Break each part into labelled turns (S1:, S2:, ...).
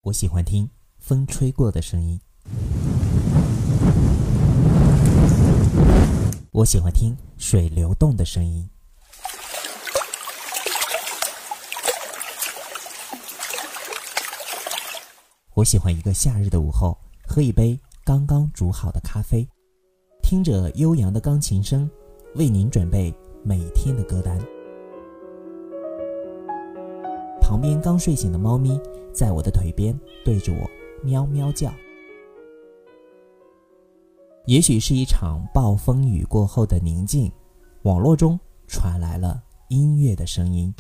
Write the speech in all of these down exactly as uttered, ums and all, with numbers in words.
S1: 我喜欢听风吹过的声音，我喜欢听水流动的声音，我喜欢一个夏日的午后，喝一杯刚刚煮好的咖啡，听着悠扬的钢琴声，为您准备每天的歌单。旁边刚睡醒的猫咪在我的腿边对着我喵喵叫。也许是一场暴风雨过后的宁静，网络中传来了音乐的声音。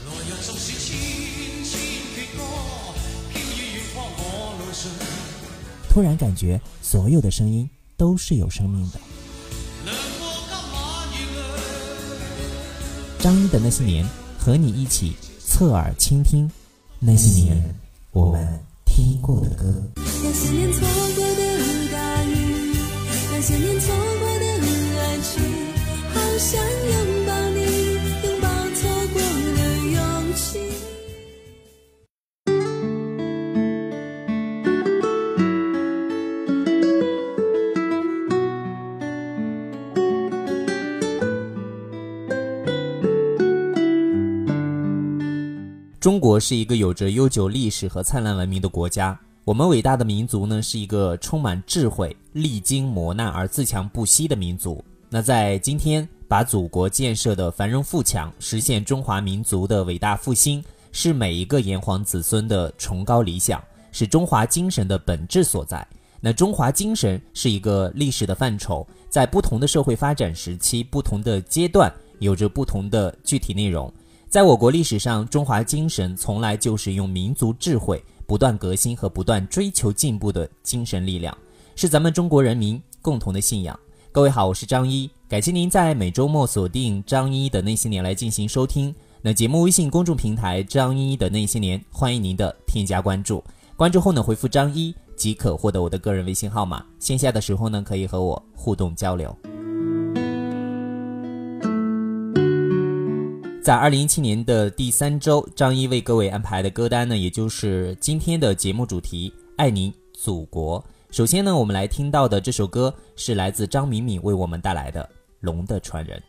S1: 突然感觉所有的声音都是有生命的。张一的那些年，和你一起侧耳倾听那些年我们听过的歌。
S2: 那些年错过的大雨，那些年错过的爱情，好想拥抱你，拥抱错过的勇气。
S1: 中国是一个有着悠久历史和灿烂文明的国家，我们伟大的民族呢，是一个充满智慧、历经磨难而自强不息的民族。那在今天，把祖国建设的繁荣富强，实现中华民族的伟大复兴，是每一个炎黄子孙的崇高理想，是中华精神的本质所在。那中华精神是一个历史的范畴，在不同的社会发展时期、不同的阶段，有着不同的具体内容。在我国历史上，中华精神从来就是用民族智慧不断革新和不断追求进步的精神力量，是咱们中国人民共同的信仰。各位好，我是张一，感谢您在每周末锁定张一的那些年来进行收听。那节目微信公众平台张一的那些年，欢迎您的添加关注。关注后呢，回复张一即可获得我的个人微信号码，线下的时候呢，可以和我互动交流。在二零一七年的第三周，张一为各位安排的歌单呢，也就是今天的节目主题爱您祖国。首先呢，我们来听到的这首歌是来自张敏敏为我们带来的《龙的传人》。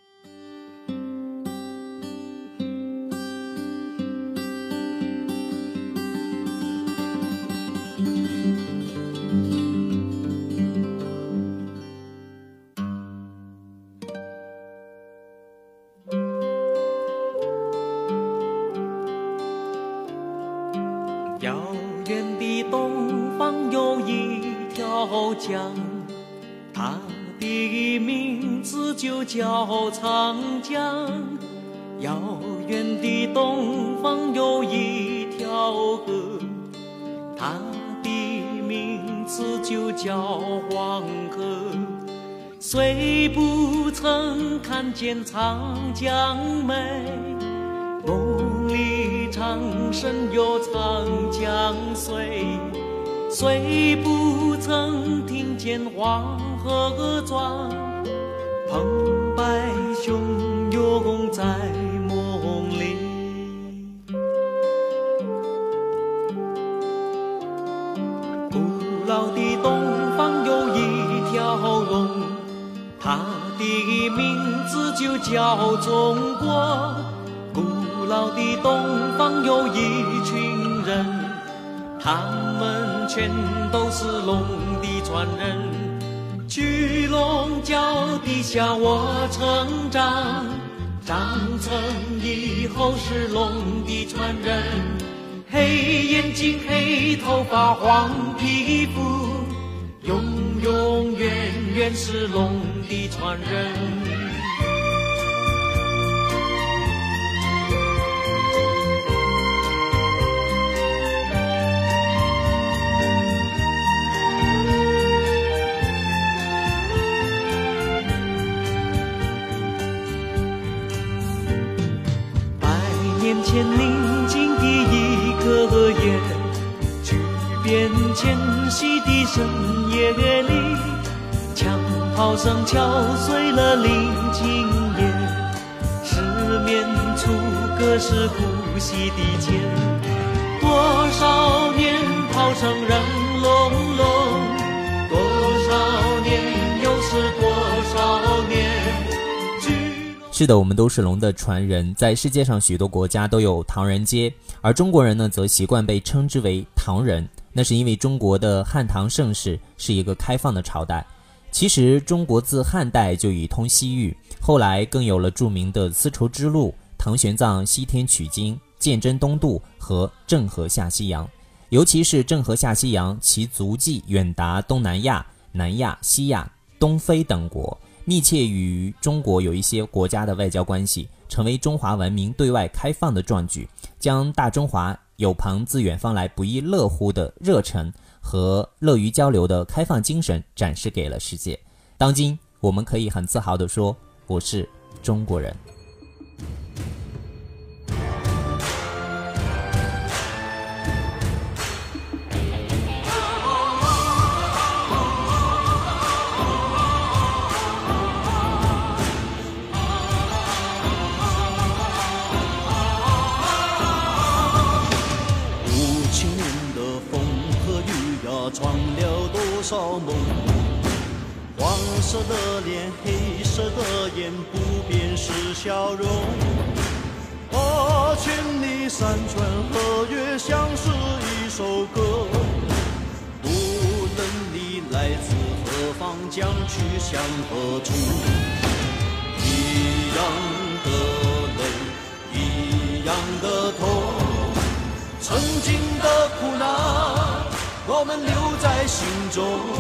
S3: 遥远的东方有一条江，它的名字就叫长江。遥远的东方有一条河，它的名字就叫黄河。虽不曾看见长江美，梦里常神有长江水，虽不曾听见黄河转，澎湃汹涌在梦里。古老的东方有一条龙，它的名字就叫中国。古老的东方有一群人，他们全都是龙的传人。巨龙脚底下我成长，长成以后是龙的传人。黑眼睛黑头发黄皮肤，永永远远是龙的传人。年前宁静的一个夜，巨变迁徙的深夜里，枪炮声敲碎了宁静夜，失眠处隔世呼吸的间，多少年跑叫声人隆隆，多少年又是多少年。
S1: 是的，我们都是龙的传人，在世界上许多国家都有唐人街，而中国人呢则习惯被称之为唐人，那是因为中国的汉唐盛世是一个开放的朝代。其实中国自汉代就已通西域，后来更有了著名的丝绸之路、唐玄奘西天取经、鉴真东渡和郑和下西洋。尤其是郑和下西洋，其足迹远达东南亚、南亚、西亚、东非等国，密切与中国有一些国家的外交关系，成为中华文明对外开放的壮举，将大中华有朋自远方来不亦乐乎的热忱和乐于交流的开放精神展示给了世界。当今我们可以很自豪地说，我是中国人。
S4: 闯了多少梦，黄色的脸，黑色的眼，不变是笑容。啊，千里山川河岳像是一首歌，无论你来自何方，将去向何处。一样的泪，一样的痛，曾经的苦难我们留在心中，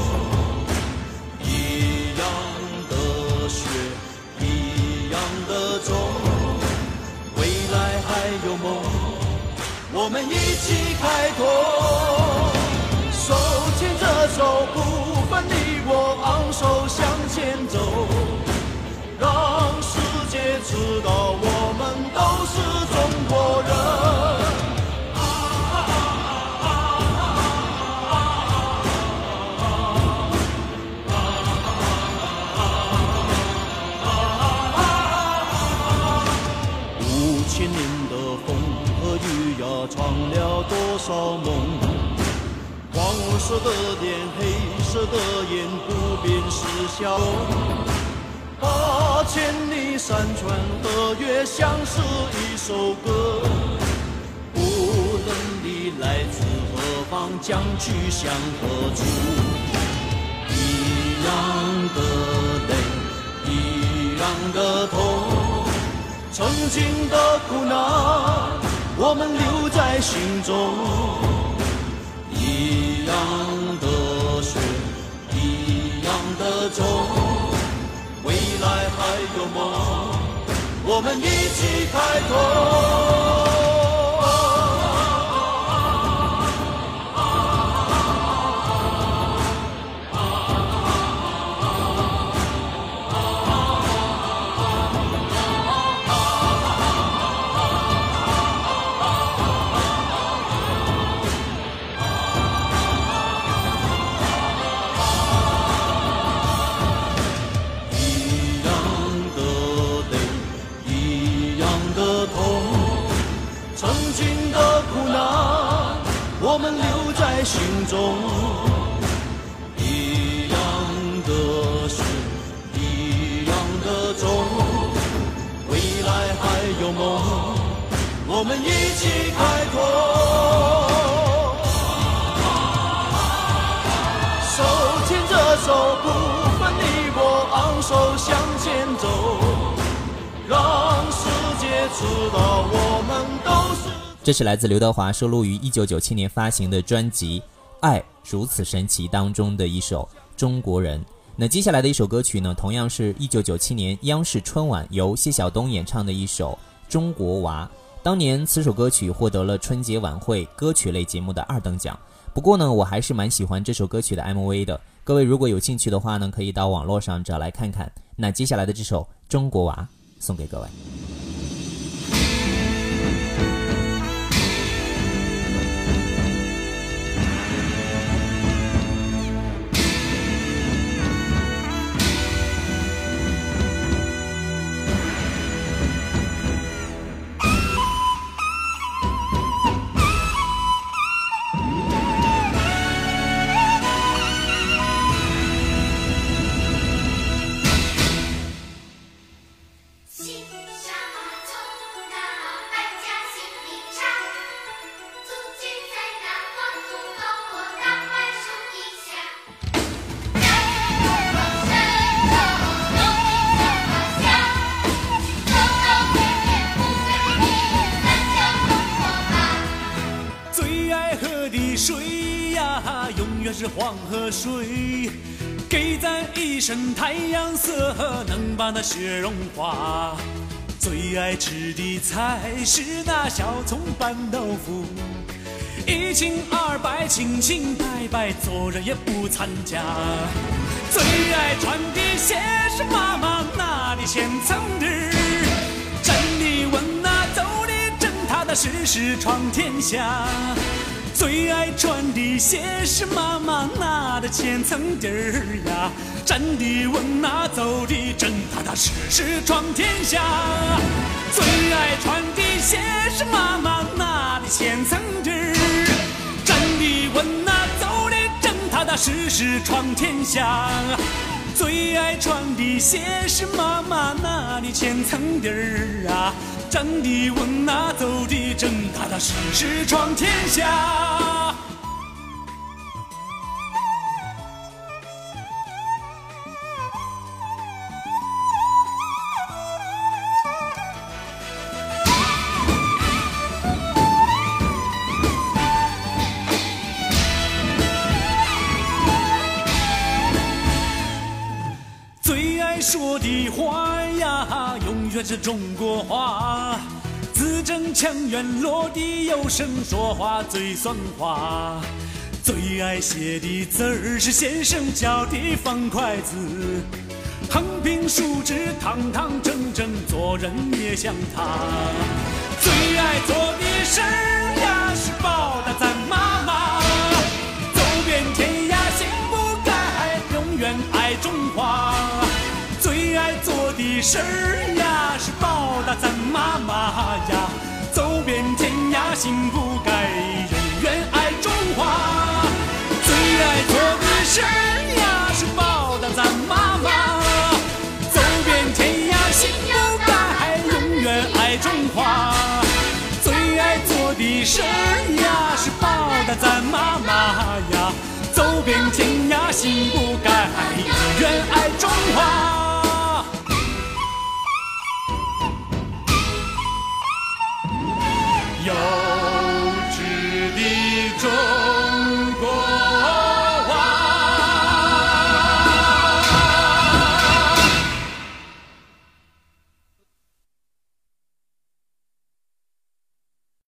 S4: 一样的血，一样的种，未来还有梦，我们一起开拓。手牵着手，不分你我，昂首向前走，让世界知道我们都是中国人。闯了多少梦，黄色的脸，黑色的眼，不变是笑容。啊，千里山川河岳像是一首歌，无论你来自何方，将去向何处。一样的泪，一样的痛，曾经的苦难我们留在心中，一样的血，一样的种，未来还有梦，我们一起开拓。我们留在心中，一样的血，一样的种，未来还有梦，我们一起开拓。手牵着手，不分你我，昂首向前走，让世界知道我们都是。
S1: 这是来自刘德华收录于一九九七年发行的专辑《爱如此神奇》当中的一首《中国人》。那接下来的一首歌曲呢，同样是一九九七年央视春晚由谢晓东演唱的一首《中国娃》。当年此首歌曲获得了春节晚会歌曲类节目的二等奖。不过呢，我还是蛮喜欢这首歌曲的 M V 的。各位如果有兴趣的话呢，可以到网络上找来看看。那接下来的这首《中国娃》送给各位。
S4: 呀，永远是黄河水，给咱一身太阳色，能把那雪融化。最爱吃的菜是那小葱拌豆腐，一清二白，清清白白，做人也不参加。最爱穿的鞋是妈妈那的千层底儿，站的稳那走的正，踏踏实实闯天下。最爱穿的鞋是妈妈那的千层底儿呀，站的稳那走的正，踏踏实实闯天下。最爱穿的鞋是妈妈那的千层底儿，站的稳那走的正，踏踏实实闯天下。最爱穿的鞋是妈妈那的千层底儿啊，站的稳那走的正，踏踏实实闯天下。说的话呀，永远是中国话，字正腔圆，落地有声，说话最算话。最爱写的字儿是先生教的方块字，横平竖直，堂堂正正，做人也像他。最爱做的事儿呀，是报答咱妈妈，走遍天涯心不改，永远爱中华。最爱做的事儿呀，是报答咱妈妈呀，走遍天涯心不改，永远爱中华。最爱做的事儿呀，是报答咱妈妈，走遍天涯心不改，永远爱中华。最爱做的事儿呀，是报答咱妈妈呀，走遍天涯心不改。